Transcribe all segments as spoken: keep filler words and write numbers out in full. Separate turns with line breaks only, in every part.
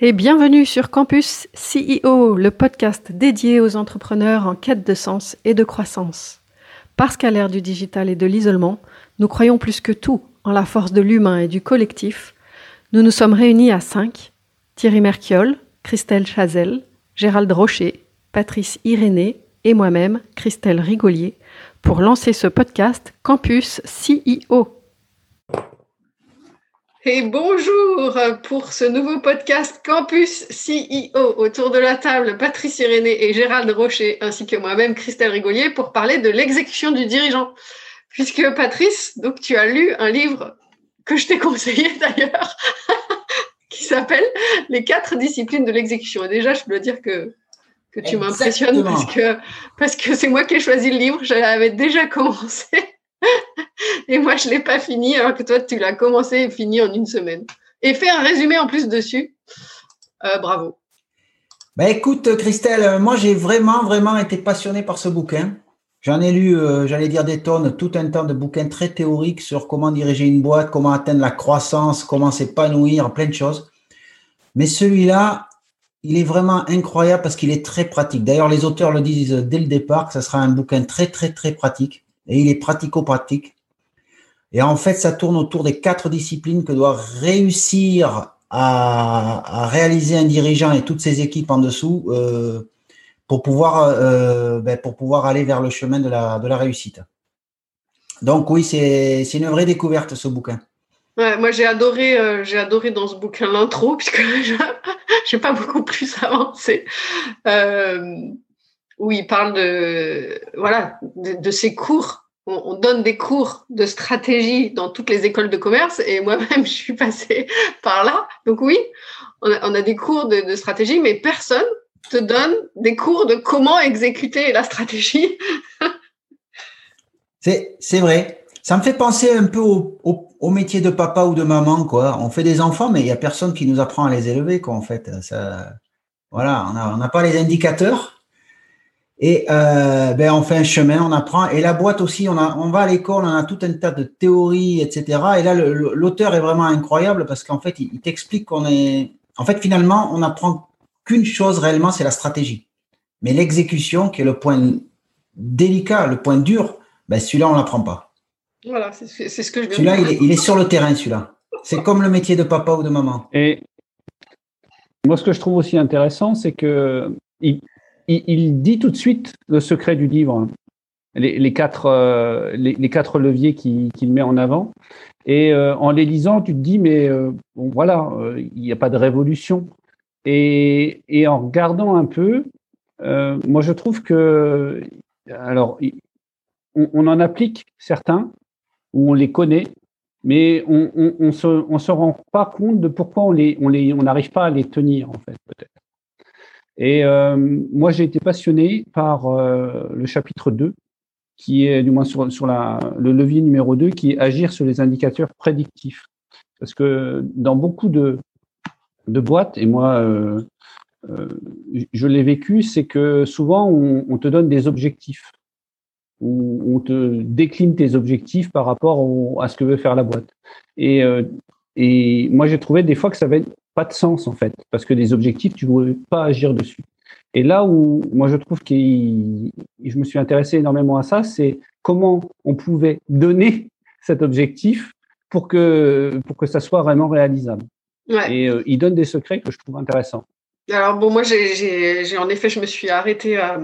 Et bienvenue sur Campus C E O, le podcast dédié aux entrepreneurs en quête de sens et de croissance. Parce qu'à l'ère du digital et de l'isolement, nous croyons plus que tout en la force de l'humain et du collectif. Nous nous sommes réunis à cinq, Thierry Merchiol, Christelle Chazelle, Gérald Rocher, Patrice Irénée et moi-même, Christelle Rigolier, pour lancer ce podcast Campus C E O. Et bonjour pour ce nouveau podcast Campus C E O. Autour de la table, Patrice Irénée et Gérald Rocher, ainsi que moi-même, Christelle Rigolier, pour parler de l'exécution du dirigeant. Puisque Patrice, donc tu as lu un livre que je t'ai conseillé d'ailleurs, qui s'appelle « Les quatre disciplines de l'exécution ». Et déjà, je dois dire que, que tu Exactement. m'impressionnes parce que, parce que c'est moi qui ai choisi le livre. Je l'avais déjà commencé. Et moi, je ne l'ai pas fini, alors que toi, tu l'as commencé et fini en une semaine. Et fait un résumé en plus dessus. Euh, bravo.
Bah, écoute, Christelle, moi, j'ai vraiment, vraiment été passionné par ce bouquin. J'en ai lu, euh, j'allais dire des tonnes, tout un tas de bouquins très théoriques sur comment diriger une boîte, comment atteindre la croissance, comment s'épanouir, plein de choses. Mais celui-là, il est vraiment incroyable parce qu'il est très pratique. D'ailleurs, les auteurs le disent dès le départ que ce sera un bouquin très, très, très pratique. Et il est pratico-pratique. Et en fait, ça tourne autour des quatre disciplines que doit réussir à, à réaliser un dirigeant et toutes ses équipes en dessous euh, pour pouvoir euh, ben, pour pouvoir aller vers le chemin de la de la réussite. Donc oui, c'est c'est une vraie découverte ce bouquin.
Ouais, moi j'ai adoré euh, j'ai adoré dans ce bouquin l'intro puisque je j'ai pas beaucoup plus avancé. Euh, où il parle de voilà de, de ses cours. On, on donne des cours de stratégie dans toutes les écoles de commerce et moi-même je suis passée par là. Donc oui, on a, on a des cours de, de stratégie, mais personne te donne des cours de comment exécuter la stratégie.
c'est c'est vrai. Ça me fait penser un peu au, au, au métier de papa ou de maman, quoi. On fait des enfants, mais il y a personne qui nous apprend à les élever, quoi. En fait, ça, voilà, on a on n'a pas les indicateurs. Et euh, ben on fait un chemin, on apprend. Et la boîte aussi, on a, on va à l'école, on a tout un tas de théories, et cetera. Et là, le, l'auteur est vraiment incroyable parce qu'en fait, il, il t'explique qu'on est. En fait, finalement, on n'apprend qu'une chose réellement, c'est la stratégie. Mais l'exécution, qui est le point délicat, le point dur, ben celui-là, on l'apprend pas.
Voilà, c'est, c'est ce que je viens
celui-là,
de dire.
Il est, il est sur le terrain, celui-là. C'est comme le métier de papa ou de maman.
Et moi, ce que je trouve aussi intéressant, c'est que il, il, il dit tout de suite le secret du livre, les, les, quatre, euh, les, les quatre leviers qu'il, qu'il met en avant. Et euh, en les lisant, tu te dis, mais euh, bon, voilà, euh, il n'y a pas de révolution. Et, et en regardant un peu, euh, moi, je trouve que, alors, on, on en applique certains, où on les connaît, mais on on, on se on se rend pas compte de pourquoi on les on les on n'arrive pas à les tenir en fait peut-être. Et euh, moi j'ai été passionné par euh, le chapitre deux, qui est du moins sur sur la le levier numéro deux, qui est agir sur les indicateurs prédictifs. Parce que dans beaucoup de de boîtes, et moi euh, euh, je l'ai vécu, c'est que souvent on, on te donne des objectifs, où on te décline tes objectifs par rapport au, à ce que veut faire la boîte. Et, euh, et moi, j'ai trouvé des fois que ça n'avait pas de sens, en fait, parce que des objectifs, tu ne voulais pas agir dessus. Et là où moi, je trouve que je me suis intéressé énormément à ça, c'est comment on pouvait donner cet objectif pour que, pour que ça soit vraiment réalisable. Ouais. Et euh, il donne des secrets que je trouve intéressants.
Alors bon, moi, j'ai, j'ai, j'ai en effet, je me suis arrêtée à,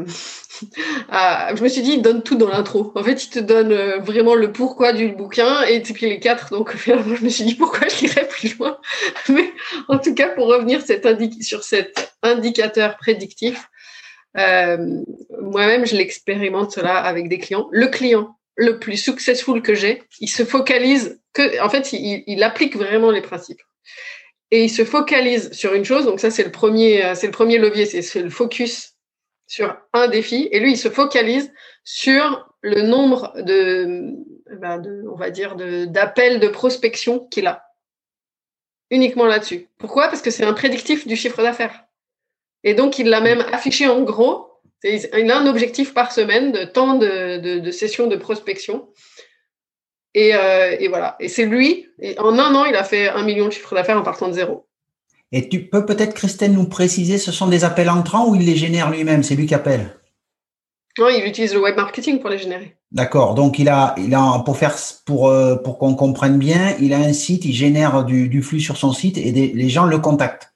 à, je me suis dit, il donne tout dans l'intro. En fait, il te donne vraiment le pourquoi du bouquin et puis les quatre. Donc, finalement, je me suis dit, pourquoi je lirais plus loin? Mais en tout cas, pour revenir cet indi- sur cet indicateur prédictif, euh, moi-même, je l'expérimente cela avec des clients. Le client le plus successful que j'ai, il se focalise que, en fait, il, il applique vraiment les principes. Et il se focalise sur une chose, donc ça c'est le premier, c'est le premier levier, c'est, c'est le focus sur un défi. Et lui, il se focalise sur le nombre de, ben de on va dire, de, d'appels de prospection qu'il a. Uniquement là-dessus. Pourquoi ? Parce que c'est un prédictif du chiffre d'affaires. Et donc il l'a même affiché en gros. Il a un objectif par semaine de temps de, de, de sessions de prospection. Et, euh, et voilà. Et c'est lui, et en un an, il a fait un million de chiffre d'affaires en partant de zéro.
Et tu peux peut-être, Christelle, nous préciser, ce sont des appels entrants ou il les génère lui-même? C'est lui qui appelle?
Non, il utilise le web marketing pour les générer.
D'accord. Donc, il a, il a, pour faire, pour, euh, pour qu'on comprenne bien, il a un site, il génère du, du flux sur son site et des, les gens le contactent.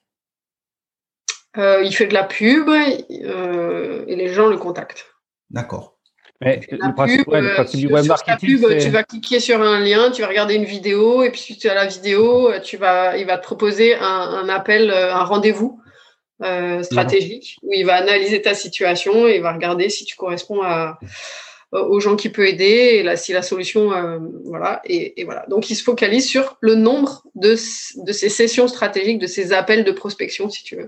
Euh, il fait de la pub euh, et les gens le contactent.
D'accord.
Mais le principe,
pub,
ouais, le principe du web
sur
marketing,
pub,
c'est...
tu vas cliquer sur un lien, tu vas regarder une vidéo, et puis si tu as la vidéo, tu vas, il va te proposer un, un appel, un rendez-vous euh, stratégique où il va analyser ta situation et il va regarder si tu corresponds à, aux gens qui peut aider et là, si la solution, euh, voilà, et, et voilà. Donc, il se focalise sur le nombre de, de ces sessions stratégiques, de ces appels de prospection, si tu veux.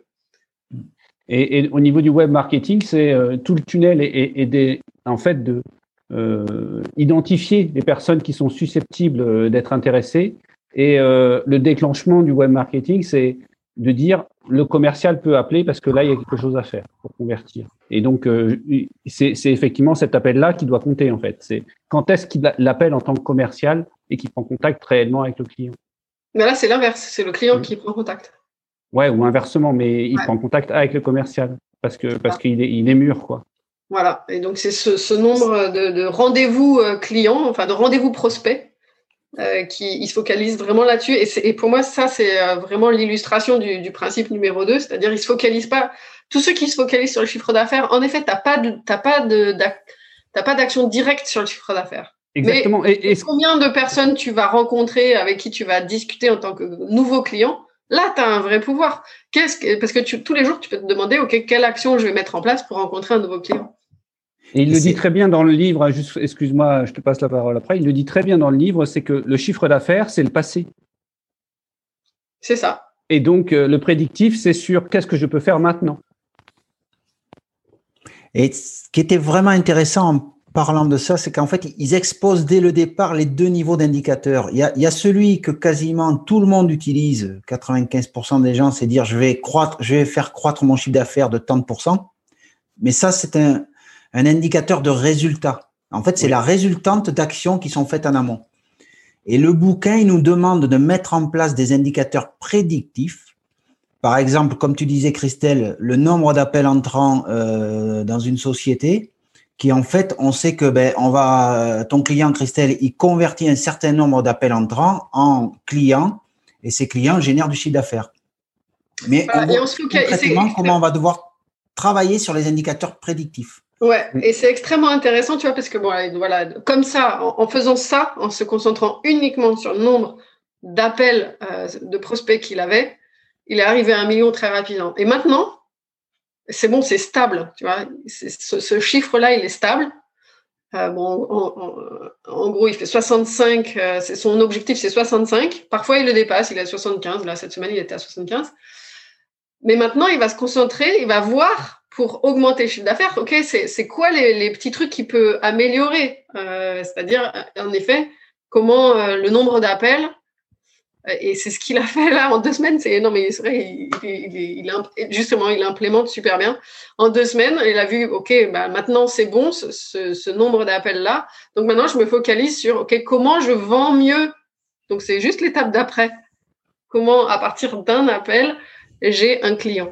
Et, et au niveau du web marketing, c'est euh, tout le tunnel et, et, et des, en fait de euh, identifier les personnes qui sont susceptibles d'être intéressées. Et euh, le déclenchement du web marketing, c'est de dire le commercial peut appeler parce que là il y a quelque chose à faire pour convertir. Et donc euh, c'est, c'est effectivement cet appel-là qui doit compter en fait. C'est quand est-ce qu'il l'appelle en tant que commercial et qu'il prend contact réellement avec le client.
Mais là c'est l'inverse, c'est le client mmh. qui prend contact.
Ouais, ou inversement, mais il
ouais.
prend contact avec le commercial parce que parce qu'il est il est mûr quoi.
Voilà. Et donc c'est ce, ce nombre de, de rendez-vous clients, enfin de rendez-vous prospects, euh, qui il se focalise vraiment là-dessus. Et, c'est, et pour moi ça c'est vraiment l'illustration du, du principe numéro deux, c'est-à-dire il se focalise pas. Tous ceux qui se focalisent sur le chiffre d'affaires, en effet, t'as pas de t'as pas de t'as pas d'action directe sur le chiffre d'affaires.
Exactement.
Mais
et, et...
combien de personnes tu vas rencontrer, avec qui tu vas discuter en tant que nouveau client? Là, tu as un vrai pouvoir. Qu'est-ce que, parce que tu, tous les jours, tu peux te demander, OK, quelle action je vais mettre en place pour rencontrer un nouveau client.
Et il
Et
le
c'est...
dit très bien dans le livre, juste, excuse-moi, je te passe la parole après, il le dit très bien dans le livre, c'est que le chiffre d'affaires, c'est le passé.
C'est ça.
Et donc, euh, le prédictif, c'est sur qu'est-ce que je peux faire maintenant.
Et ce qui était vraiment intéressant en parlant de ça, c'est qu'en fait, ils exposent dès le départ les deux niveaux d'indicateurs. Il y a, il y a celui que quasiment tout le monde utilise, quatre-vingt-quinze pour cent des gens, c'est dire je vais croître, je vais faire croître mon chiffre d'affaires de tant pour cent. Mais ça, c'est un, un indicateur de résultat. En fait, c'est oui. la résultante d'actions qui sont faites en amont. Et le bouquin, il nous demande de mettre en place des indicateurs prédictifs. Par exemple, comme tu disais, Christelle, le nombre d'appels entrants euh, dans une société, qui en fait, on sait que ben, on va, ton client, Christelle, il convertit un certain nombre d'appels entrants en clients, et ces clients génèrent du chiffre d'affaires. Mais voilà, on voit on concrètement comment on va devoir travailler sur les indicateurs prédictifs.
Ouais, et c'est extrêmement intéressant, tu vois, parce que bon, voilà, comme ça, en, en faisant ça, en se concentrant uniquement sur le nombre d'appels euh, de prospects qu'il avait, il est arrivé à un million très rapidement. Et maintenant, c'est bon, c'est stable, tu vois. C'est, ce, ce chiffre-là, il est stable. Euh, bon, en, en, en gros, il fait soixante-cinq. Euh, c'est, son objectif, c'est soixante-cinq. Parfois, il le dépasse. Il est à soixante-quinze. Là, cette semaine, il était à soixante-quinze. Mais maintenant, il va se concentrer. Il va voir pour augmenter le chiffre d'affaires. Ok, c'est, c'est quoi les, les petits trucs qu'il peut améliorer euh, C'est-à-dire, en effet, comment euh, le nombre d'appels. Et c'est ce qu'il a fait là en deux semaines. C'est non mais c'est vrai, il, il, il, il justement il implémente super bien. En deux semaines, il a vu ok, bah maintenant c'est bon ce, ce, ce nombre d'appels là. Donc maintenant je me focalise sur ok comment je vends mieux. Donc c'est juste l'étape d'après. Comment à partir d'un appel j'ai un client.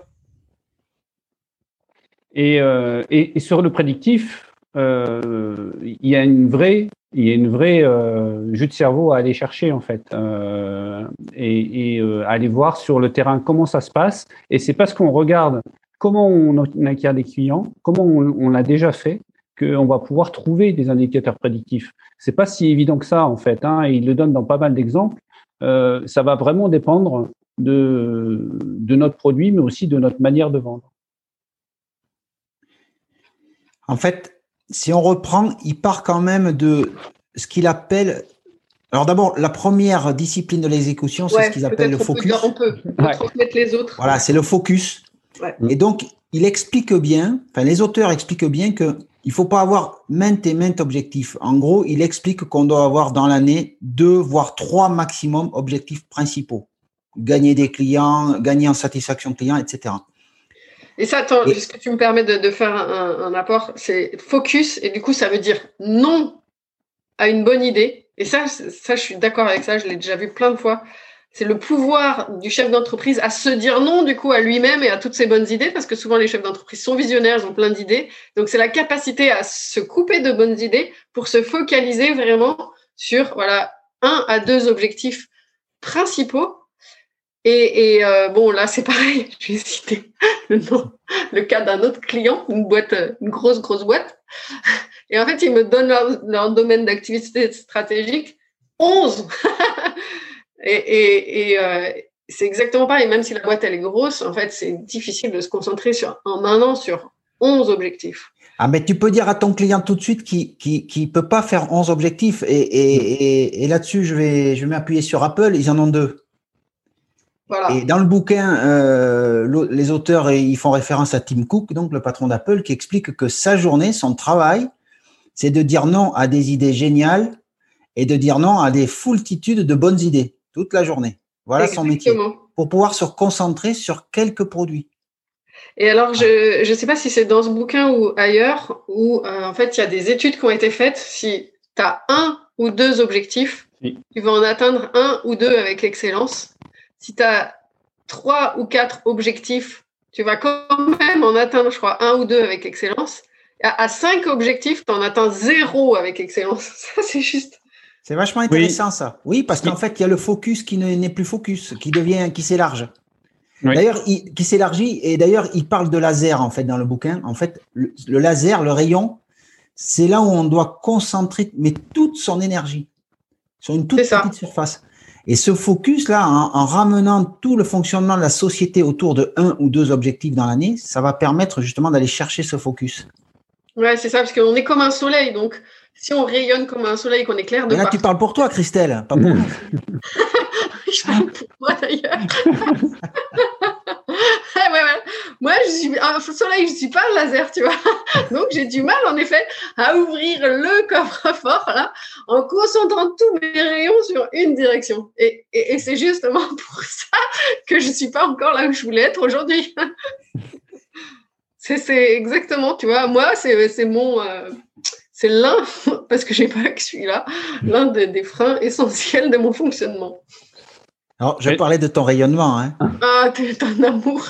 Et, euh, et, et sur le prédictif, euh, il y a une vraie Il y a une vraie euh, jus de cerveau à aller chercher en fait euh, et, et euh, aller voir sur le terrain comment ça se passe. Et c'est parce qu'on regarde comment on, on acquiert des clients, comment on, on l'a déjà fait, qu'on va pouvoir trouver des indicateurs prédictifs. C'est pas si évident que ça en fait. Hein, et il le donne dans pas mal d'exemples. Euh, ça va vraiment dépendre de, de notre produit, mais aussi de notre manière de vendre.
En fait, si on reprend, il part quand même de ce qu'il appelle. Alors d'abord, la première discipline de l'exécution, c'est ouais, ce qu'ils appellent le focus.
On peut, on peut ouais. transmettre les autres.
Voilà, c'est le focus. Ouais. Et donc, il explique bien, enfin les auteurs expliquent bien que il faut pas avoir maintes et maintes objectifs. En gros, il explique qu'on doit avoir dans l'année deux voire trois maximum objectifs principaux. Gagner des clients, gagner en satisfaction client, et cetera.
Et ça, attends, est-ce que tu me permets de, de faire un, un apport? C'est focus, et du coup, ça veut dire non à une bonne idée. Et ça, ça, je suis d'accord avec ça, je l'ai déjà vu plein de fois. c'est le pouvoir du chef d'entreprise à se dire non, du coup, à lui-même et à toutes ses bonnes idées, parce que souvent, les chefs d'entreprise sont visionnaires, ils ont plein d'idées. Donc, c'est la capacité à se couper de bonnes idées pour se focaliser vraiment sur, voilà, un à deux objectifs principaux. Et, et euh, bon, là, c'est pareil. Je vais citer le nom, le cas d'un autre client, une boîte, une grosse, grosse boîte. Et en fait, ils me donnent leur, leur domaine d'activité stratégique, onze. Et, et, et euh, c'est exactement pareil, même si la boîte elle est grosse, en fait, c'est difficile de se concentrer sur, en un an sur onze objectifs.
Ah, mais tu peux dire à ton client tout de suite qu'il qui, qui peut pas faire onze objectifs. Et, et, et, et là-dessus, je vais, je vais m'appuyer sur Apple, ils en ont deux. Voilà. Et dans le bouquin, euh, les auteurs ils font référence à Tim Cook, donc le patron d'Apple, qui explique que sa journée, son travail, c'est de dire non à des idées géniales et de dire non à des foultitudes de bonnes idées. Toute la journée. Voilà Exactement. Son métier. Pour pouvoir se concentrer sur quelques produits.
Et alors, je ne sais pas si c'est dans ce bouquin ou ailleurs, où euh, en fait, il y a des études qui ont été faites. Si tu as un ou deux objectifs, oui. tu vas en atteindre un ou deux avec l'excellence. Si tu as trois ou quatre objectifs, tu vas quand même en atteindre, je crois, un ou deux avec excellence. À, à cinq objectifs, tu en atteins zéro avec excellence. Ça, c'est juste...
C'est vachement intéressant, oui. ça. Oui, parce qu'en oui. fait, il y a le focus qui n'est plus focus, qui devient, qui s'élargit. Oui. D'ailleurs, il, qui s'élargit. Et d'ailleurs, il parle de laser, en fait, dans le bouquin. En fait, le, le laser, le rayon, c'est là où on doit concentrer, mais toute son énergie sur une toute petite ça. surface. Et ce focus-là, en, en ramenant tout le fonctionnement de la société autour de un ou deux objectifs dans l'année, ça va permettre justement d'aller chercher ce focus.
Ouais, c'est ça, parce qu'on est comme un soleil, donc si on rayonne comme un soleil, qu'on est clair de
Mais là,
partout.
tu parles pour toi, Christelle, pas pour moi.
Je parle pour moi, d'ailleurs. ouais, ouais. Moi, je suis un soleil, je ne suis pas un laser, tu vois. Donc, j'ai du mal, en effet, à ouvrir le coffre-fort, là, en concentrant tous mes rayons sur une direction. Et, et, et c'est justement pour ça que je ne suis pas encore là où je voulais être aujourd'hui. c'est, c'est exactement, tu vois, moi, c'est, c'est mon... Euh, c'est l'un, parce que je n'ai pas que celui-là, l'un de, des freins essentiels de mon fonctionnement.
Alors, je parlais de ton rayonnement. Hein.
Ah, t'es un amour.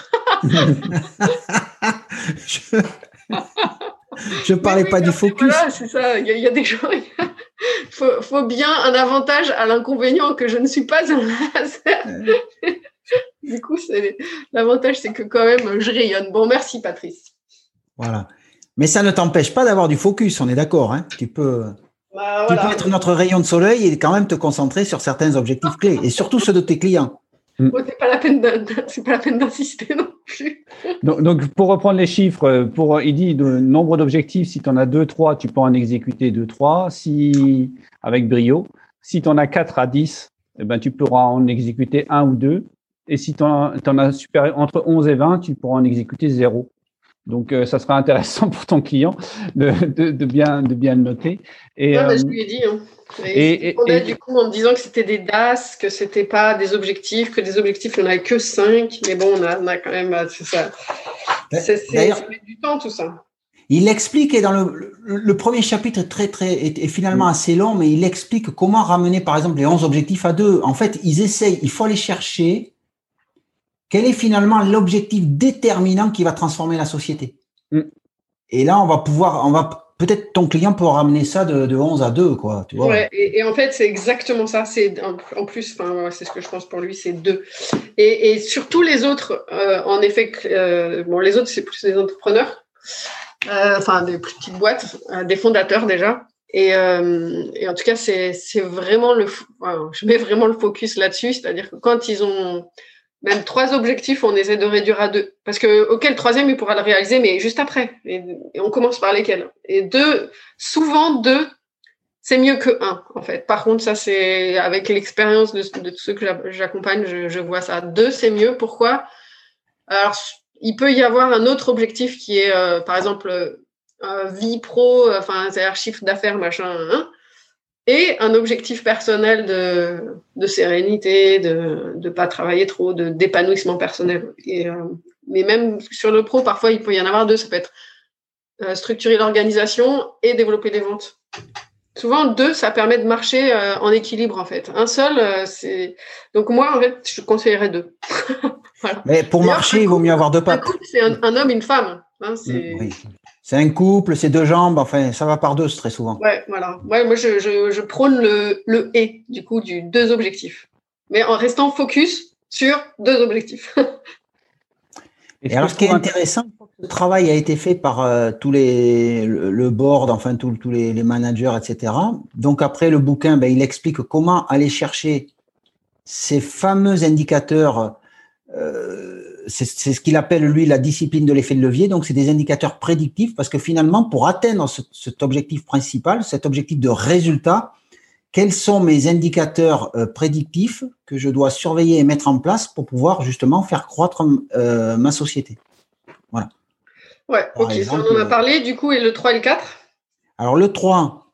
je ne parlais oui, pas oui, du focus.
Voilà, c'est ça. Il y, y a des gens. Il faut, faut bien un avantage à l'inconvénient que je ne suis pas un laser. Du coup, c'est, l'avantage, c'est que quand même, je rayonne. Bon, merci, Patrice.
Voilà. Mais ça ne t'empêche pas d'avoir du focus, on est d'accord. Hein. Tu peux. Bah, voilà. Tu peux être notre rayon de soleil et quand même te concentrer sur certains objectifs clés, et surtout ceux de tes clients.
Bon, c'est pas la peine de, c'est pas la peine d'insister non plus.
Donc, donc, pour reprendre les chiffres, pour, il dit le nombre d'objectifs, si tu en as deux, trois, tu peux en exécuter deux, trois, si, avec brio. Si tu en as quatre à dix, eh ben, tu pourras en exécuter un ou deux. Et si tu en, en as supérieur, entre onze et vingt, tu pourras en exécuter zéro. Donc, euh, ça sera intéressant pour ton client de, de, de, bien, de bien le noter. Et,
ouais, bah,
euh,
je lui ai dit. Hein. Et, et, et, du coup, en me disant que c'était des D A S, que c'était pas des objectifs, que des objectifs, il n'y en avait que cinq. Mais bon, on a, on a quand même. C'est ça. C'est, c'est, ça met du temps, tout ça.
Il explique, et dans le, le, le premier chapitre très, très, est, est finalement assez long, mais il explique comment ramener, par exemple, les onze objectifs à deux. En fait, ils essayent, il faut aller chercher. Quel est finalement l'objectif déterminant qui va transformer la société? mm. Et là, on va pouvoir, on va peut-être ton client pourra ramener ça de, de onze à deux, quoi. Tu vois.
Ouais, et, et en fait, c'est exactement ça. C'est en plus, enfin, c'est ce que je pense pour lui, c'est deux. Et, et surtout les autres, euh, en effet, euh, bon, les autres, c'est plus des entrepreneurs, euh, enfin des plus petites boîtes, euh, des fondateurs déjà. Et, euh, et en tout cas, c'est, c'est vraiment le, enfin, je mets vraiment le focus là-dessus, c'est-à-dire que quand ils ont même trois objectifs, on essaie de réduire à deux. Parce que, ok, le troisième, il pourra le réaliser, mais juste après. Et, et on commence par lesquels. Et deux, souvent deux, c'est mieux que un, en fait. Par contre, ça, c'est avec l'expérience de, de tous ceux que j'accompagne, je, je vois ça. Deux, c'est mieux. Pourquoi? Alors, il peut y avoir un autre objectif qui est, euh, par exemple, euh, vie pro, enfin, c'est-à-dire chiffre d'affaires, machin, hein, et un objectif personnel de, de sérénité, de ne pas travailler trop, de, d'épanouissement personnel. Et, euh, mais même sur le pro, parfois, il peut y en avoir deux. Ça peut être euh, structurer l'organisation et développer les ventes. Souvent, deux, ça permet de marcher euh, en équilibre, en fait. Un seul, euh, c'est… Donc moi, en fait, je conseillerais deux. Voilà.
Mais pour
D'ailleurs,
marcher,
un
il vaut
couple-
mieux avoir deux
Un
pattes.
couple, c'est un, un homme, une femme. Hein, c'est…
Oui. C'est un couple, c'est deux jambes, enfin, ça va par deux très souvent.
Ouais, voilà. Ouais, moi, je, je, je prône le, le et, du coup, du deux objectifs. Mais en restant focus sur deux objectifs.
Et
Et
ce
alors,
que
ce
je
qui est
trouve int-
intéressant, ce travail a été fait par euh, tous les, le, le board, enfin tous tous les, les managers, et cetera. Donc après, le bouquin, ben, il explique comment aller chercher ces fameux indicateurs. Euh, c'est c'est ce qu'il appelle lui la discipline de l'effet de levier. Donc c'est des indicateurs prédictifs parce que finalement, pour atteindre ce, cet objectif principal, cet objectif de résultat, quels sont mes indicateurs euh, prédictifs que je dois surveiller et mettre en place pour pouvoir justement faire croître euh, ma société. Voilà.
Ouais,
Par
ok, ça,
exemple,
on en a parlé, du coup, et le trois et le quatre.
alors le trois,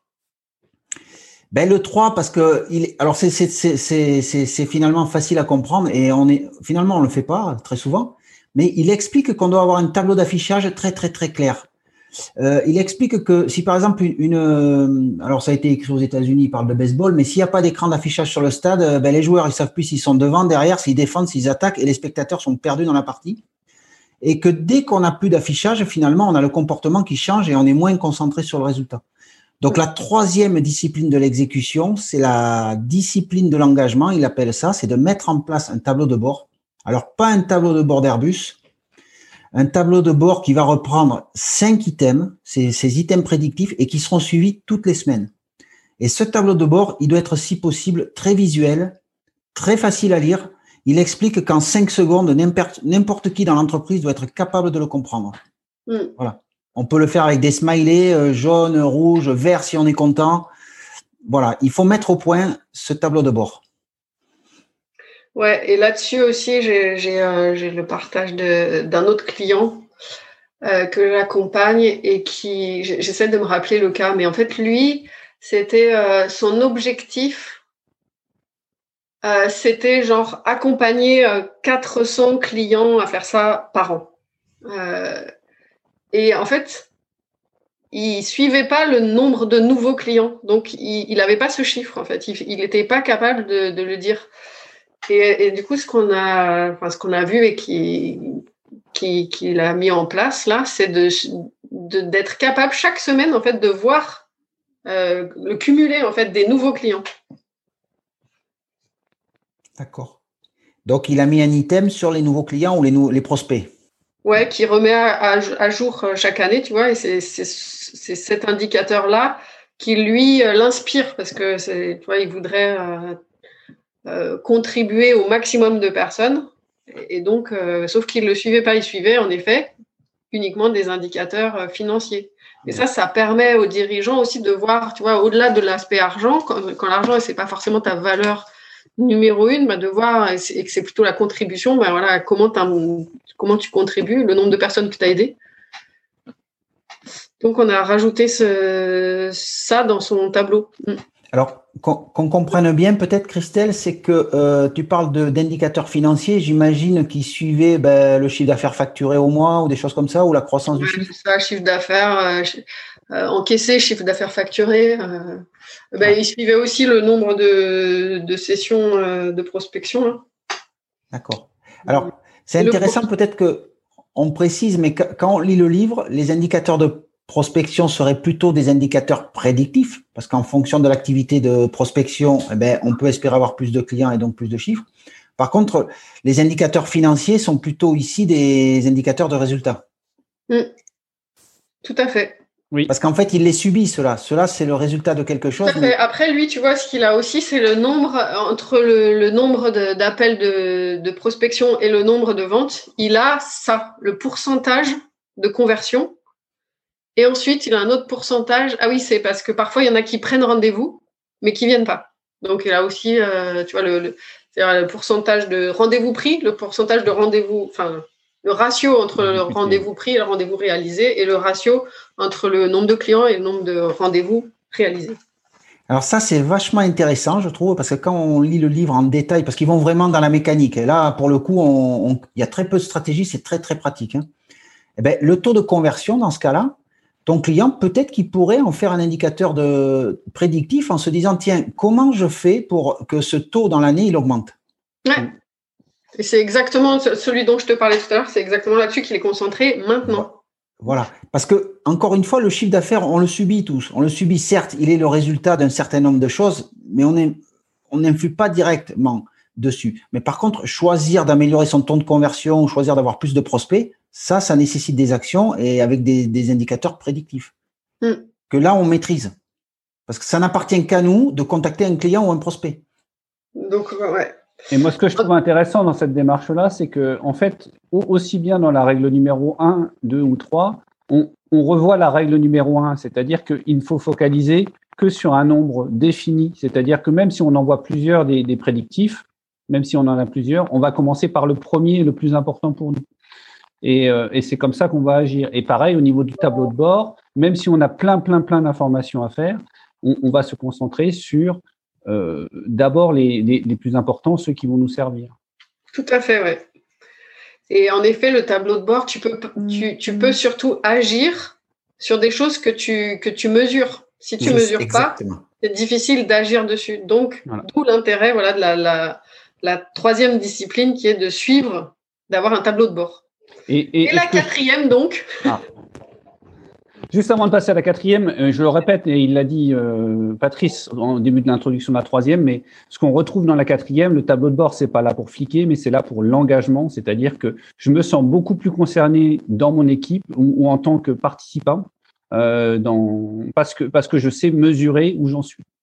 ben le trois parce que il, alors c'est c'est c'est c'est c'est c'est finalement facile à comprendre et on est finalement on le fait pas très souvent, mais il explique qu'on doit avoir un tableau d'affichage très très très clair. Euh, il explique que si par exemple une, une alors ça a été écrit aux États-Unis, il parle de baseball, mais s'il n'y a pas d'écran d'affichage sur le stade, ben les joueurs ils savent plus s'ils sont devant, derrière, s'ils défendent, s'ils attaquent, et les spectateurs sont perdus dans la partie. Et que dès qu'on n'a plus d'affichage, finalement, on a le comportement qui change et on est moins concentré sur le résultat. Donc la troisième discipline de l'exécution, c'est la discipline de l'engagement, il appelle ça, c'est de mettre en place un tableau de bord. Alors pas un tableau de bord d'Airbus, un tableau de bord qui va reprendre cinq items, ces, ces items prédictifs, et qui seront suivis toutes les semaines. Et ce tableau de bord, il doit être, si possible, très visuel, très facile à lire. Il explique qu'en cinq secondes, n'importe qui dans l'entreprise doit être capable de le comprendre. Mm. Voilà. On peut le faire avec des smileys, euh, jaune, rouge, vert si on est content. Voilà. Il faut mettre au point ce tableau de bord.
Ouais, et là-dessus aussi, j'ai, j'ai, euh, j'ai le partage de, d'un autre client euh, que j'accompagne et qui, j'essaie de me rappeler le cas, mais en fait, lui, c'était euh, son objectif, euh, c'était genre accompagner euh, quatre cents clients à faire ça par an. Euh, et en fait, il suivait pas le nombre de nouveaux clients, donc il n'avait pas ce chiffre en fait, il n'était pas capable de, de le dire. Et, et du coup, ce qu'on a, enfin, ce qu'on a vu et qui, qui, qui l'a mis en place là, c'est de, de, d'être capable chaque semaine en fait de voir euh, le cumulé en fait des nouveaux clients.
D'accord. Donc, il a mis un item sur les nouveaux clients ou les, nou- les prospects.
Ouais, qui remet à, à, à jour chaque année, tu vois, et c'est, c'est, c'est cet indicateur-là qui lui euh, l'inspire parce que c'est, tu vois, il voudrait euh, euh, contribuer au maximum de personnes, et, et donc, euh, sauf qu'il le suivait pas, il suivait en effet uniquement des indicateurs euh, financiers. Et ça, ça permet aux dirigeants aussi de voir, tu vois, au-delà de l'aspect argent, quand, quand l'argent c'est pas forcément ta valeur numéro une, bah, de voir, et, et que c'est plutôt la contribution, bah, voilà, comment, comment tu contribues, le nombre de personnes que tu as aidées. Donc, on a rajouté ce, ça dans son tableau. Mm.
Alors, qu'on, qu'on comprenne bien, peut-être, Christelle, c'est que euh, tu parles de, d'indicateurs financiers. J'imagine qu'ils suivaient ben, le chiffre d'affaires facturé au mois ou des choses comme ça, ou la croissance
ouais,
du chiffre.
C'est ça, chiffre d'affaires euh, euh, encaissé, chiffre d'affaires facturé. Euh, ben, ah. Ils suivaient aussi le nombre de, de sessions euh, de prospection. Hein.
D'accord. Alors, c'est Et intéressant le... peut-être qu'on précise, mais quand on lit le livre, les indicateurs de prospection seraient plutôt des indicateurs prédictifs, parce qu'en fonction de l'activité de prospection, eh ben, on peut espérer avoir plus de clients et donc plus de chiffres. Par contre, les indicateurs financiers sont plutôt ici des indicateurs de résultats.
Mmh. Tout à fait.
Oui. Parce qu'en fait, il les subit, cela. Cela, c'est le résultat de quelque chose.
Tout à fait. Mais... Après, lui, tu vois, ce qu'il a aussi, c'est le nombre, entre le, le nombre de, d'appels de, de prospection et le nombre de ventes. Il a ça, le pourcentage de conversion. Et ensuite, il a un autre pourcentage. Ah oui, c'est parce que parfois, il y en a qui prennent rendez-vous, mais qui ne viennent pas. Donc, il a aussi, euh, tu vois, le, le, c'est-à-dire le pourcentage de rendez-vous pris, le pourcentage de rendez-vous, enfin, le ratio entre le rendez-vous pris et le rendez-vous réalisé, et le ratio entre le nombre de clients et le nombre de rendez-vous réalisés.
Alors ça, c'est vachement intéressant, je trouve, parce que quand on lit le livre en détail, parce qu'ils vont vraiment dans la mécanique, et là, pour le coup, on, on, il y a très peu de stratégie, c'est très, très pratique. Hein. Eh ben, le taux de conversion, dans ce cas-là, ton client, peut-être qu'il pourrait en faire un indicateur de prédictif en se disant, tiens, comment je fais pour que ce taux dans l'année, il augmente?
Ouais. Et c'est exactement celui dont je te parlais tout à l'heure, c'est exactement là-dessus qu'il est concentré maintenant.
Voilà. Parce que, encore une fois, le chiffre d'affaires, on le subit tous. On le subit, certes, il est le résultat d'un certain nombre de choses, mais on est, on n'influe pas directement dessus. Mais par contre, choisir d'améliorer son taux de conversion, choisir d'avoir plus de prospects, ça, ça nécessite des actions et avec des, des indicateurs prédictifs. Mm. Que là, on maîtrise. Parce que ça n'appartient qu'à nous de contacter un client ou un prospect.
Donc, ouais.
Et moi, ce que je trouve intéressant dans cette démarche-là, c'est que, en fait, aussi bien dans la règle numéro un, deux ou trois, on, on revoit la règle numéro un, c'est-à-dire qu'il ne faut focaliser que sur un nombre défini. C'est-à-dire que même si on envoie plusieurs des, des prédictifs, même si on en a plusieurs, on va commencer par le premier, le plus important pour nous. Et, euh, et c'est comme ça qu'on va agir. Et pareil, au niveau du tableau de bord, même si on a plein, plein, plein d'informations à faire, on, on va se concentrer sur euh, d'abord les, les, les plus importants, ceux qui vont nous servir.
Tout à fait, ouais. Et en effet, le tableau de bord, tu peux, tu, tu peux surtout agir sur des choses que tu, que tu mesures. Si tu ne mesures exactement. pas, c'est difficile d'agir dessus. Donc, voilà. D'où l'intérêt voilà, de la, la, la troisième discipline qui est de suivre, d'avoir un tableau de bord. Et, et, et la quatrième, je... donc ah.
Juste avant de passer à la quatrième, je le répète, et il l'a dit euh, Patrice au début de l'introduction de la troisième, mais ce qu'on retrouve dans la quatrième, le tableau de bord, c'est pas là pour fliquer, mais c'est là pour l'engagement, c'est-à-dire que je me sens beaucoup plus concerné dans mon équipe ou, ou en tant que participant, euh, dans, parce que parce que je sais mesurer où j'en suis.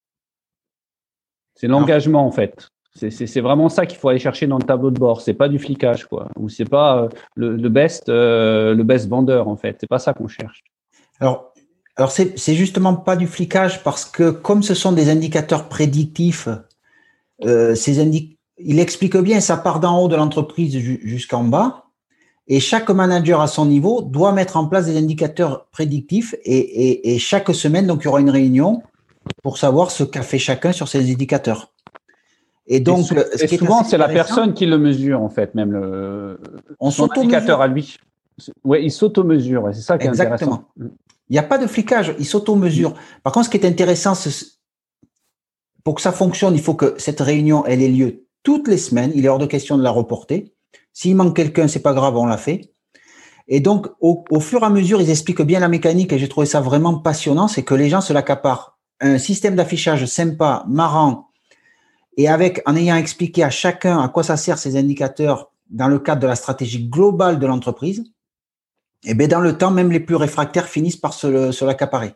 C'est l'engagement, en fait. C'est, c'est, c'est vraiment ça qu'il faut aller chercher dans le tableau de bord. C'est pas du flicage, quoi. Ou c'est pas euh, le, le best, euh, le best vendeur, en fait. C'est pas ça qu'on cherche.
Alors, alors c'est, c'est justement pas du flicage parce que comme ce sont des indicateurs prédictifs, euh, ces indi- il explique bien, ça part d'en haut de l'entreprise ju- jusqu'en bas, et chaque manager à son niveau doit mettre en place des indicateurs prédictifs et, et, et chaque semaine, donc il y aura une réunion pour savoir ce qu'a fait chacun sur ces indicateurs. Et donc,
et, sou- ce qui et souvent, c'est la personne qui le mesure, en fait, même le
on
son indicateur à lui. Oui, il s'auto-mesure, et c'est ça qui est
Exactement.
intéressant.
Il n'y a pas de flicage, il s'auto-mesure. Par contre, ce qui est intéressant, c'est, pour que ça fonctionne, il faut que cette réunion, elle ait lieu toutes les semaines. Il est hors de question de la reporter. S'il manque quelqu'un, c'est pas grave, on l'a fait. Et donc, au, au fur et à mesure, ils expliquent bien la mécanique, et j'ai trouvé ça vraiment passionnant, c'est que les gens se l'accaparent. Un système d'affichage sympa, marrant, et avec, en ayant expliqué à chacun à quoi ça sert ces indicateurs dans le cadre de la stratégie globale de l'entreprise, et bien dans le temps, même les plus réfractaires finissent par se, se l'accaparer.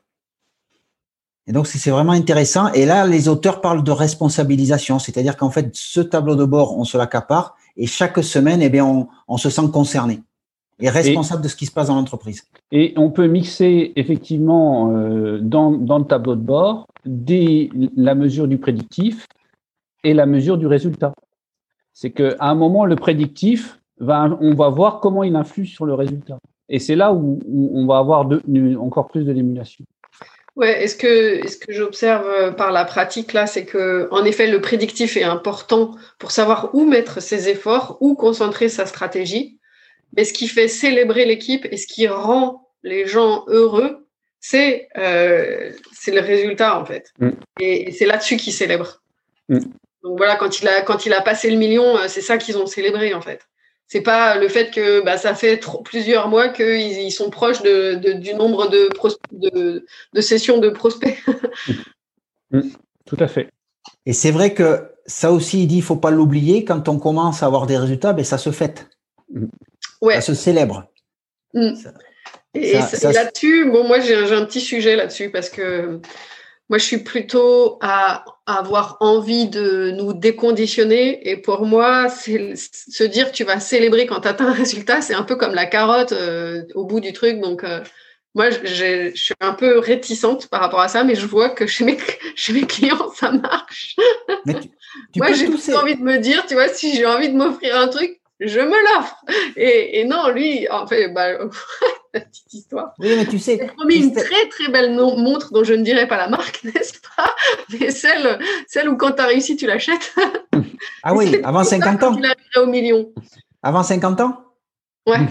Et donc, c'est, c'est vraiment intéressant. Et là, les auteurs parlent de responsabilisation, c'est-à-dire qu'en fait, ce tableau de bord, on se l'accapare, et chaque semaine, eh bien, on, on se sent concerné et responsable et, de ce qui se passe dans l'entreprise.
Et on peut mixer effectivement euh, dans, dans le tableau de bord des, la mesure du prédictif et la mesure du résultat. C'est qu'à un moment, le prédictif, va, on va voir comment il influe sur le résultat. Et c'est là où, où on va avoir de, encore plus de l'émulation.
Ouais, est-ce que, est-ce que j'observe par la pratique là, c'est que, en effet, le prédictif est important pour savoir où mettre ses efforts, où concentrer sa stratégie. Mais ce qui fait célébrer l'équipe et ce qui rend les gens heureux, c'est, euh, c'est le résultat, en fait. Mm. Et, et c'est là-dessus qu'ils célèbrent. Mm. Donc voilà, quand il a, quand il a passé le million, c'est ça qu'ils ont célébré, en fait. C'est pas le fait que bah, ça fait trop, plusieurs mois qu'ils ils sont proches de, de, du nombre de, pros, de, de sessions de prospects.
mm. Tout à fait.
Et c'est vrai que ça aussi, il dit, il ne faut pas l'oublier, quand on commence à avoir des résultats, ben, ça se fête. Mm. Ouais. Ça se célèbre.
Mm. Ça, et, ça, ça, et là-dessus, bon, moi, j'ai, j'ai un petit sujet là-dessus parce que moi, je suis plutôt à, à avoir envie de nous déconditionner. Et pour moi, c'est, se dire que tu vas célébrer quand tu atteins un résultat, c'est un peu comme la carotte euh, au bout du truc. Donc, euh, moi, je suis un peu réticente par rapport à ça, mais je vois que chez mes, chez mes clients, ça marche. Mais tu, tu moi, j'ai plutôt envie de me dire, tu vois, si j'ai envie de m'offrir un truc, je me l'offre. Et, et non, lui, en fait, bah, la petite histoire.
Oui, mais tu sais.
J'ai promis une très, très belle montre dont je ne dirai pas la marque, n'est-ce pas? Mais celle, celle où quand tu as réussi, tu l'achètes.
Ah oui, avant cinquante ans.
Il arriverait au million.
Avant cinquante ans?
Ouais.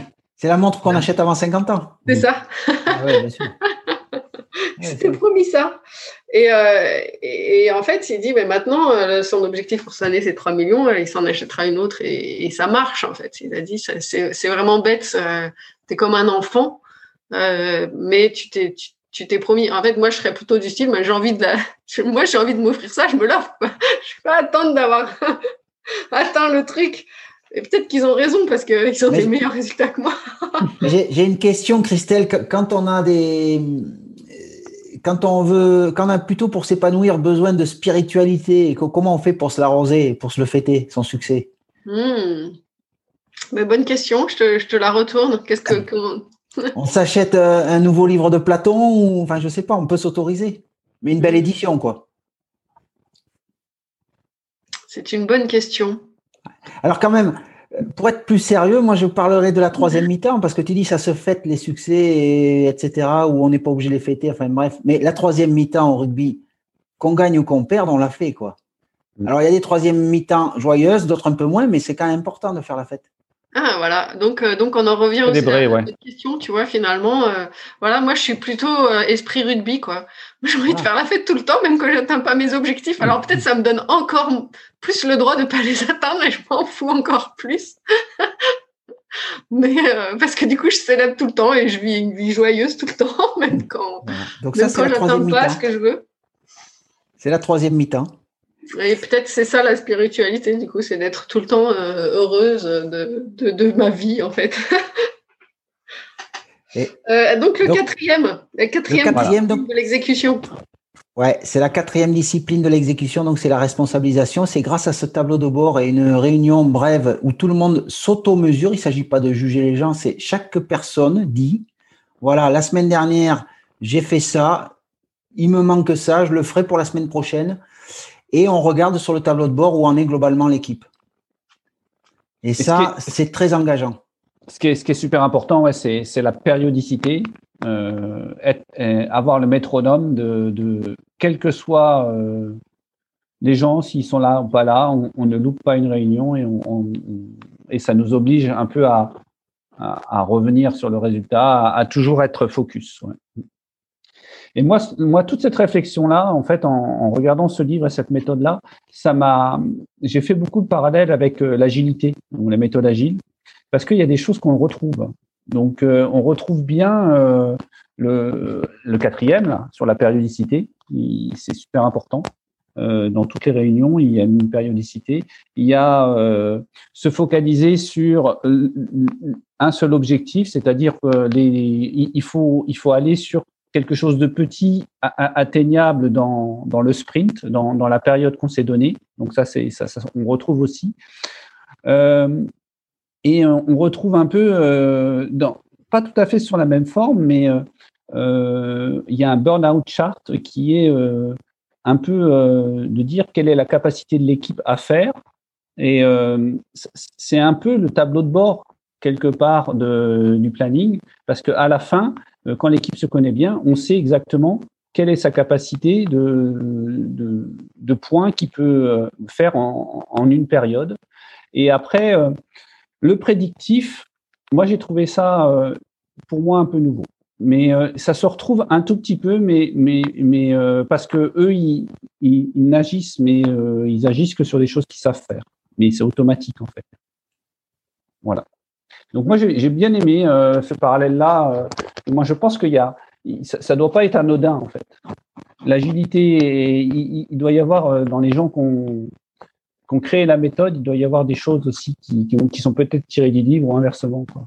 C'est la montre qu'on achète avant cinquante ans.
C'est ça.
Ah ouais, bien sûr.
Je t'ai promis ça. Et, euh, et, et en fait, il dit, mais maintenant, euh, son objectif pour cette année, c'est trois millions, il s'en achètera une autre et, et ça marche, en fait. Il a dit, ça, c'est, c'est vraiment bête, euh, t'es comme un enfant, euh, mais tu t'es, tu, tu t'es promis. En fait, moi, je serais plutôt du style, mais j'ai envie de la, moi, j'ai envie de m'offrir ça, je me l'offre. Je ne vais pas attendre d'avoir atteint le truc. Et peut-être qu'ils ont raison parce qu'ils ont mais des meilleurs résultats que moi.
j'ai, j'ai une question, Christelle. Quand on a des, quand on veut, quand on a plutôt pour s'épanouir besoin de spiritualité, comment on fait pour se l'arroser, pour se le fêter, son succès?
Mmh. Mais bonne question. Je te, je te la retourne. Qu'est-ce que comment...
On s'achète un nouveau livre de Platon ou, enfin, je sais pas, on peut s'autoriser, mais une belle édition, quoi.
C'est une bonne question.
Alors quand même, pour être plus sérieux, moi je parlerai de la troisième mi-temps parce que tu dis ça se fête les succès, et, etc. où on n'est pas obligé de les fêter. Enfin bref, mais la troisième mi-temps au rugby, qu'on gagne ou qu'on perde, on l'a fait quoi. Alors il y a des troisième mi-temps joyeuses, d'autres un peu moins, mais c'est quand même important de faire la fête.
Ah voilà, donc euh, donc on en revient aussi
Débré,
à
ouais.
cette question, tu vois, finalement, euh, voilà, moi je suis plutôt euh, esprit rugby quoi. J'ai envie voilà. de faire la fête tout le temps, même quand j'atteins pas mes objectifs. Alors peut-être ça me donne encore plus le droit de pas les atteindre et je m'en fous encore plus. Mais euh, parce que du coup je célèbre tout le temps et je vis une vie joyeuse tout le temps, même quand
voilà. Donc
même
ça,
quand j'atteins pas ce que je veux.
C'est la troisième mi-temps.
Et peut-être c'est ça la spiritualité, du coup, c'est d'être tout le temps euh, heureuse de, de, de ma vie, en fait. Et euh, donc, le donc, quatrième, la quatrième,
le quatrième donc,
de l'exécution.
Ouais, c'est la quatrième discipline de l'exécution, donc c'est la responsabilisation. C'est grâce à ce tableau de bord et une réunion brève où tout le monde s'auto-mesure. Il ne s'agit pas de juger les gens, c'est chaque personne dit, voilà, la semaine dernière, j'ai fait ça, il me manque ça, je le ferai pour la semaine prochaine. Et on regarde sur le tableau de bord où en est globalement l'équipe. Et, et ça, est, c'est très engageant.
Ce qui est, ce qui est super important, ouais, c'est, c'est la périodicité. Euh, être, avoir le métronome de, de quels que soient euh, les gens, s'ils sont là ou pas là, on, on ne loupe pas une réunion et, on, on, et ça nous oblige un peu à, à, à revenir sur le résultat, à, à toujours être focus. Ouais. Et moi, moi, toute cette réflexion-là, en fait, en, en regardant ce livre et cette méthode-là, ça m'a, j'ai fait beaucoup de parallèles avec euh, l'agilité, ou la méthode agile, parce qu'il y a des choses qu'on retrouve. Donc, euh, on retrouve bien euh, le, le quatrième là, sur la périodicité. Il, c'est super important. Euh, dans toutes les réunions, il y a une périodicité. Il y a euh, se focaliser sur un seul objectif, c'est-à-dire que les, il faut, il faut aller sur quelque chose de petit, atteignable dans, dans le sprint, dans, dans la période qu'on s'est donnée. Donc ça, c'est, ça, ça on retrouve aussi. Euh, et on retrouve un peu, euh, dans, pas tout à fait sur la même forme, mais euh, il y a un burn-out chart qui est euh, un peu euh, de dire quelle est la capacité de l'équipe à faire. Et euh, c'est un peu le tableau de bord quelque part de, du planning, parce qu'à la fin, quand l'équipe se connaît bien, on sait exactement quelle est sa capacité de, de, de points qu'il peut faire en, en une période. Et après, le prédictif, moi j'ai trouvé ça pour moi un peu nouveau. Mais ça se retrouve un tout petit peu, mais, mais, mais parce que eux, ils, ils, ils n'agissent, mais ils agissent que sur des choses qu'ils savent faire. Mais c'est automatique en fait. Voilà. Donc moi j'ai, j'ai bien aimé euh, ce parallèle-là. Euh, moi je pense qu'il y a, ça ne doit pas être anodin en fait. L'agilité, il, il doit y avoir euh, dans les gens qui ont, qui ont créé la méthode, il doit y avoir des choses aussi qui, qui, qui sont peut-être tirées du livre ou inversement, quoi.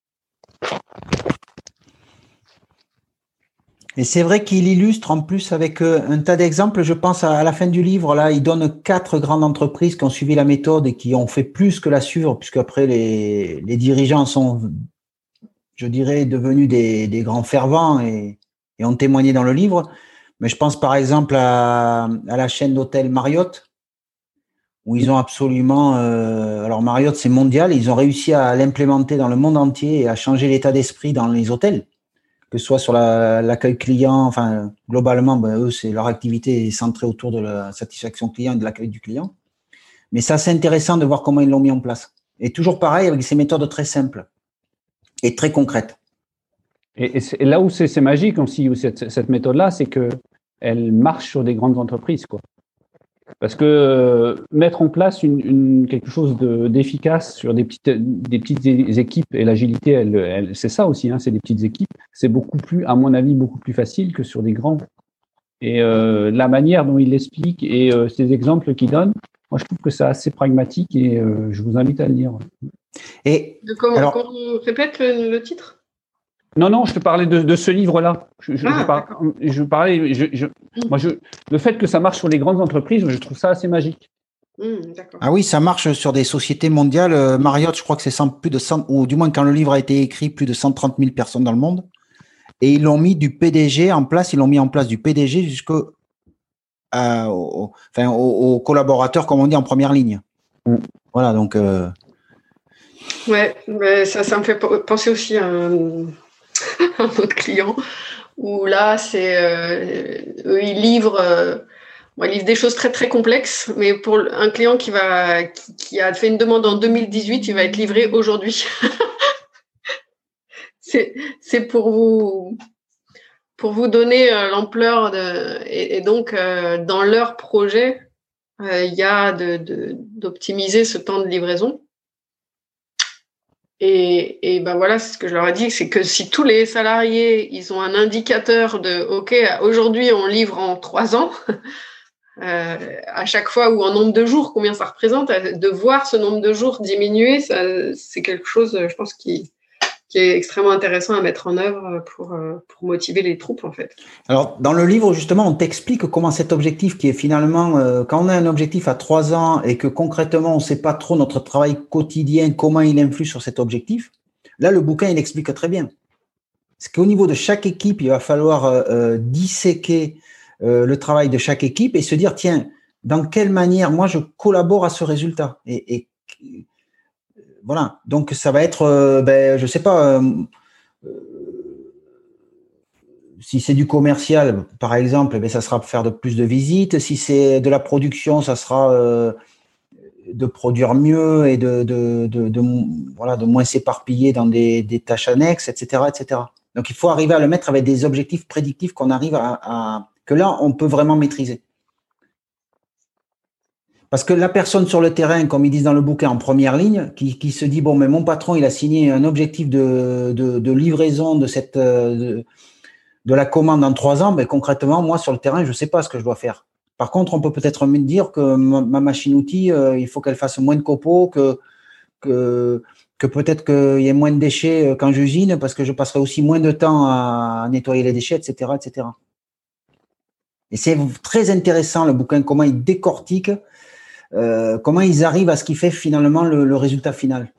Et c'est vrai qu'il illustre en plus avec un tas d'exemples. Je pense à la fin du livre, là, il donne quatre grandes entreprises qui ont suivi la méthode et qui ont fait plus que la suivre, puisque après les, les dirigeants sont, je dirais, devenus des, des grands fervents et, et ont témoigné dans le livre. Mais je pense par exemple à, à la chaîne d'hôtels Marriott, où ils ont absolument, euh, alors Marriott c'est mondial, ils ont réussi à l'implémenter dans le monde entier et à changer l'état d'esprit dans les hôtels. Que ce soit sur la, l'accueil client, enfin globalement, ben, eux, c'est leur activité est centrée autour de la satisfaction client et de l'accueil du client. Mais ça, c'est intéressant de voir comment ils l'ont mis en place. Et toujours pareil avec ces méthodes très simples. et très concrète.
Et, et, et là où c'est, c'est magique aussi, où cette, cette méthode-là, c'est qu'elle marche sur des grandes entreprises, quoi. Parce que euh, mettre en place une, une, quelque chose de, d'efficace sur des petites, des petites équipes, et l'agilité, elle, elle, c'est ça aussi, hein, c'est des petites équipes, c'est beaucoup plus, à mon avis, beaucoup plus facile que sur des grands. Et euh, la manière dont il l'explique et euh, ces exemples qu'il donne, moi je trouve que c'est assez pragmatique et euh, je vous invite à le lire.
Et
comment,
alors,
comment répète le, le titre?
Non, non, je te parlais de, de ce livre-là. Je, je,
ah,
je, par, je parlais. Je, je, mmh. Moi, je, le fait que ça marche sur les grandes entreprises, je trouve ça assez magique.
Mmh,
ah oui, ça marche sur des sociétés mondiales. Euh, Marriott, je crois que c'est cent, plus de cent, ou du moins quand le livre a été écrit, plus de cent trente mille personnes dans le monde. Et ils l'ont mis du P D G en place. Ils l'ont mis en place du P D G jusqu'au, euh, au, enfin, aux, aux collaborateurs, comme on dit, en première ligne. Mmh. Voilà, donc. Euh...
Ouais, mais ça, ça me fait penser aussi à un. un autre client où là c'est euh, eux ils livrent euh, bon, ils livrent des choses très très complexes, mais pour un client qui va qui, qui a fait une demande en deux mille dix-huit, il va être livré aujourd'hui. c'est c'est pour vous pour vous donner euh, l'ampleur de et, et donc euh, dans leur projet euh, il y a de, de d'optimiser ce temps de livraison. Et, et ben voilà, c'est ce que je leur ai dit, c'est que si tous les salariés, ils ont un indicateur de, OK, aujourd'hui, on livre en trois ans, euh, à chaque fois ou en nombre de jours, combien ça représente, de voir ce nombre de jours diminuer, ça, c'est quelque chose, je pense, qui, qui est extrêmement intéressant à mettre en œuvre pour, pour motiver les troupes, en fait.
Alors, dans le livre, justement, on t'explique comment cet objectif qui est finalement, euh, quand on a un objectif à trois ans et que concrètement, on ne sait pas trop notre travail quotidien, comment il influe sur cet objectif. Là, le bouquin, il explique très bien. Parce qu'au niveau de chaque équipe, il va falloir euh, disséquer euh, le travail de chaque équipe et se dire, tiens, dans quelle manière moi je collabore à ce résultat. Et, et voilà, donc ça va être, euh, ben, je sais pas, euh, si c'est du commercial, par exemple, ben, ça sera faire de plus de visites. Si c'est de la production, ça sera euh, de produire mieux et de, de, de, de, voilà, de moins s'éparpiller dans des, des tâches annexes, et cetera, et cetera. Donc, il faut arriver à le mettre avec des objectifs prédictifs qu'on arrive à, à que là, on peut vraiment maîtriser. Parce que la personne sur le terrain, comme ils disent dans le bouquin, en première ligne, qui, qui se dit, bon, mais mon patron, il a signé un objectif de, de, de livraison de cette, de, de la commande en trois ans, mais concrètement, moi, sur le terrain, je ne sais pas ce que je dois faire. Par contre, on peut peut-être me dire que ma, ma machine-outil, euh, il faut qu'elle fasse moins de copeaux, que, que, que peut-être qu'il y ait moins de déchets quand j'usine, parce que je passerai aussi moins de temps à nettoyer les déchets, et cetera, et cetera. Et c'est très intéressant, le bouquin, comment il décortique, Euh, comment ils arrivent à ce qui fait finalement le, le résultat final.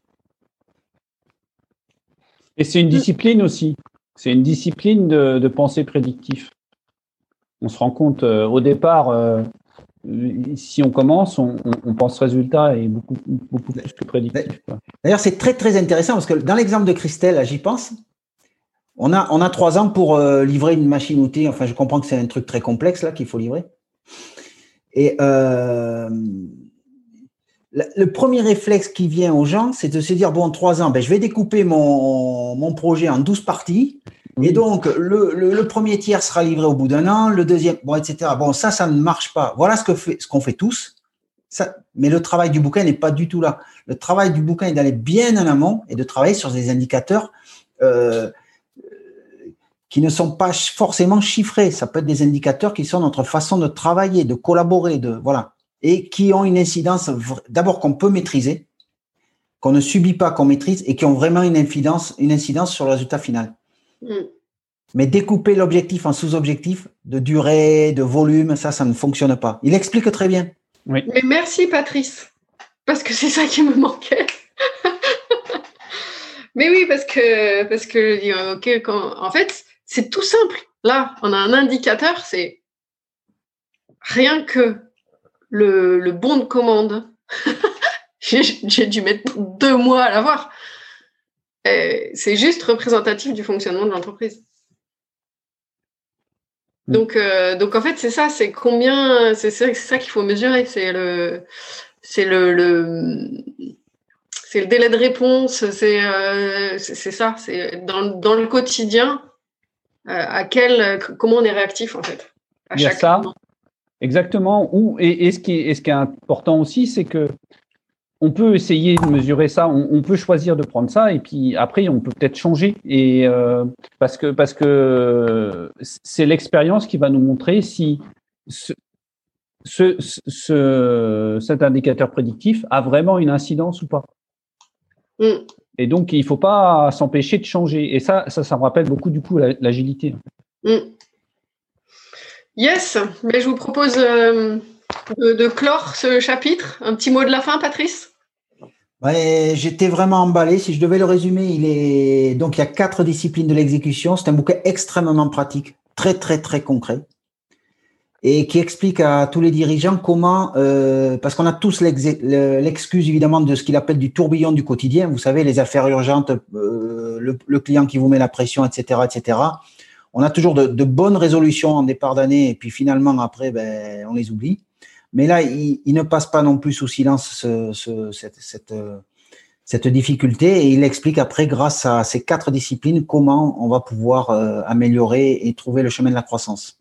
Et c'est une discipline aussi. C'est une discipline de, de pensée prédictive. On se rend compte euh, au départ, euh, si on commence, on, on, on pense résultat et beaucoup, beaucoup plus que prédictif.
D'ailleurs, c'est très très intéressant parce que dans l'exemple de Christelle, j'y pense. On a, on a trois ans pour euh, livrer une machine-outil. Enfin, je comprends que c'est un truc très complexe là qu'il faut livrer. Et euh, le premier réflexe qui vient aux gens, c'est de se dire, bon, trois ans, ben, je vais découper mon, mon projet en douze parties. Oui. Et donc, le, le, le premier tiers sera livré au bout d'un an, le deuxième, bon, et cetera. Bon, ça, ça ne marche pas. Voilà ce que fait, ce qu'on fait tous. Ça, mais le travail du bouquin n'est pas du tout là. Le travail du bouquin est d'aller bien en amont et de travailler sur des indicateurs euh, qui ne sont pas forcément chiffrés. Ça peut être des indicateurs qui sont notre façon de travailler, de collaborer, de voilà, et qui ont une incidence d'abord qu'on peut maîtriser, qu'on ne subit pas, qu'on maîtrise, et qui ont vraiment une incidence, une incidence sur le résultat final. Mm. Mais découper l'objectif en sous-objectifs de durée, de volume, ça, ça ne fonctionne pas. Il explique très bien.
Oui. Mais merci Patrice, parce que c'est ça qui me manquait. Mais oui, parce que parce que ok, quand, en fait, c'est tout simple. Là, on a un indicateur, c'est rien que le, le bon de commande. j'ai, j'ai dû mettre deux mois à l'avoir. Et c'est juste représentatif du fonctionnement de l'entreprise. Donc, euh, donc en fait, c'est ça, c'est combien, c'est ça, c'est ça qu'il faut mesurer, c'est le, c'est le, le, C'est le délai de réponse, c'est euh, c'est, c'est ça. C'est dans, dans le quotidien, euh, à quel, comment on est réactif en fait. À
Il y a
chaque
ça,
moment.
exactement. Ou, et, et, ce qui est, et ce qui est important aussi, c'est que on peut essayer de mesurer ça, on, on peut choisir de prendre ça, et puis après, on peut peut-être changer. Et, euh, parce que, parce que c'est l'expérience qui va nous montrer si ce, ce, ce, cet indicateur prédictif a vraiment une incidence ou pas.
Mm.
Et donc, il ne faut pas s'empêcher de changer. Et ça, ça, ça me rappelle beaucoup, du coup, l'agilité.
Mm. Yes, mais je vous propose euh, de, de clore ce chapitre. Un petit mot de la fin, Patrice?
Ouais, j'étais vraiment emballé. Si je devais le résumer, il est donc il y a quatre disciplines de l'exécution. C'est un bouquin extrêmement pratique, très très très concret, et qui explique à tous les dirigeants comment, euh, parce qu'on a tous l'excuse évidemment de ce qu'il appelle du tourbillon du quotidien. Vous savez, les affaires urgentes, euh, le, le client qui vous met la pression, et cetera, et cetera. On a toujours de, de bonnes résolutions en départ d'année, et puis finalement après, ben, on les oublie. Mais là, il, il ne passe pas non plus sous silence ce, ce, cette, cette, cette difficulté, et il explique après, grâce à ces quatre disciplines, comment on va pouvoir euh, améliorer et trouver le chemin de la croissance.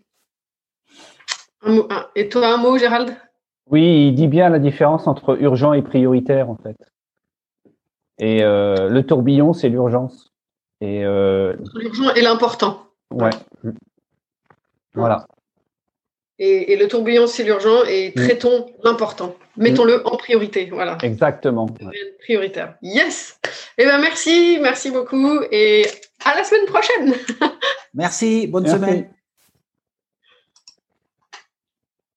Et toi, un mot, Gérald?
Oui, il dit bien la différence entre urgent et prioritaire, en fait. Et euh, le tourbillon, c'est l'urgence. Et euh,
l'urgent et l'important.
Ouais. ouais. Voilà.
Et, et le tourbillon, c'est l'urgent, et traitons mmh. l'important. Mettons-le mmh. en priorité. Voilà.
Exactement.
Prioritaire. Yes. Eh bien, merci, merci beaucoup, et à la semaine prochaine.
Merci, bonne
merci.
semaine.